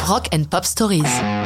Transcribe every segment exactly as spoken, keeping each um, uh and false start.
Rock and Pop Stories.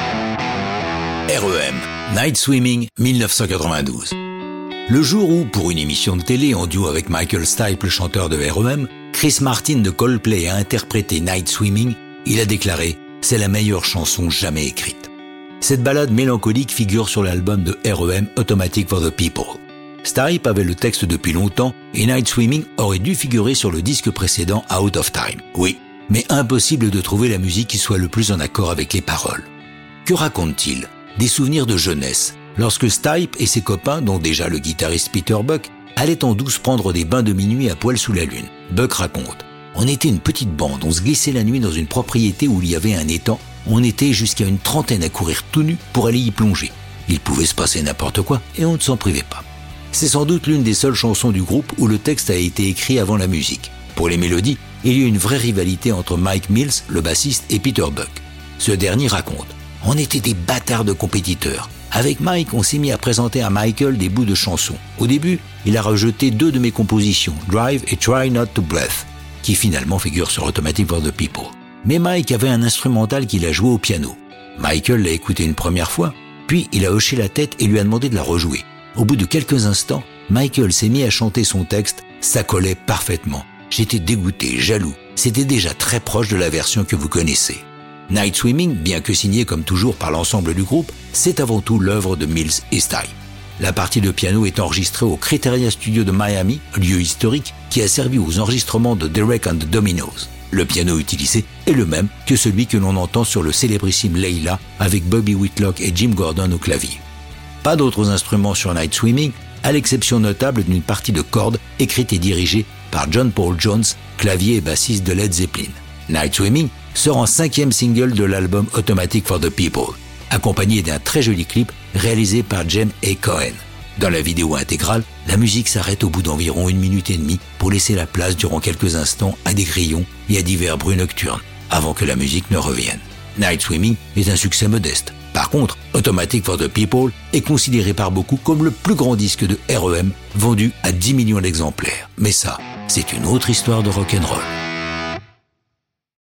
R E M, Night Swimming, dix-neuf cent quatre-vingt-douze. Le jour où, pour une émission de télé en duo avec Michael Stipe, le chanteur de R E M, Chris Martin de Coldplay a interprété Night Swimming, il a déclaré « C'est la meilleure chanson jamais écrite ». Cette ballade mélancolique figure sur l'album de R E M Automatic for the People. Stipe avait le texte depuis longtemps et Night Swimming aurait dû figurer sur le disque précédent Out of Time. Oui, mais impossible de trouver la musique qui soit le plus en accord avec les paroles. Que raconte-t-il ? Des souvenirs de jeunesse, lorsque Stipe et ses copains, dont déjà le guitariste Peter Buck, allaient en douce prendre des bains de minuit à poil sous la lune. Buck raconte « On était une petite bande, on se glissait la nuit dans une propriété où il y avait un étang. On était jusqu'à une trentaine à courir tout nu pour aller y plonger. Il pouvait se passer n'importe quoi et on ne s'en privait pas. » C'est sans doute l'une des seules chansons du groupe où le texte a été écrit avant la musique. Pour les mélodies, il y a eu une vraie rivalité entre Mike Mills, le bassiste, et Peter Buck. Ce dernier raconte « On était des bâtards de compétiteurs. Avec Mike, on s'est mis à présenter à Michael des bouts de chansons. Au début, il a rejeté deux de mes compositions, Drive et Try Not to Breath, qui finalement figurent sur Automatic for the People. Mais Mike avait un instrumental qu'il a joué au piano. Michael l'a écouté une première fois, puis il a hoché la tête et lui a demandé de la rejouer. Au bout de quelques instants, Michael s'est mis à chanter son texte, ça collait parfaitement. J'étais dégoûté, jaloux. C'était déjà très proche de la version que vous connaissez. Night Swimming, bien que signé comme toujours par l'ensemble du groupe, c'est avant tout l'œuvre de Mills et Stipe. La partie de piano est enregistrée au Criteria Studio de Miami, lieu historique qui a servi aux enregistrements de Derek and the Dominos. Le piano utilisé est le même que celui que l'on entend sur le célébrissime Layla avec Bobby Whitlock et Jim Gordon au clavier. Pas d'autres instruments sur Night Swimming, à l'exception notable d'une partie de cordes écrite et dirigée par John Paul Jones, clavier et bassiste de Led Zeppelin. Night Swimming sort en cinquième single de l'album Automatic for the People, accompagné d'un très joli clip réalisé par James A. Cohen. Dans la vidéo intégrale, la musique s'arrête au bout d'environ une minute et demie pour laisser la place durant quelques instants à des grillons et à divers bruits nocturnes, avant que la musique ne revienne. Night Swimming est un succès modeste. Par contre, Automatic for the People est considéré par beaucoup comme le plus grand disque de R E M, vendu à dix millions d'exemplaires. Mais ça, c'est une autre histoire de rock'n'roll.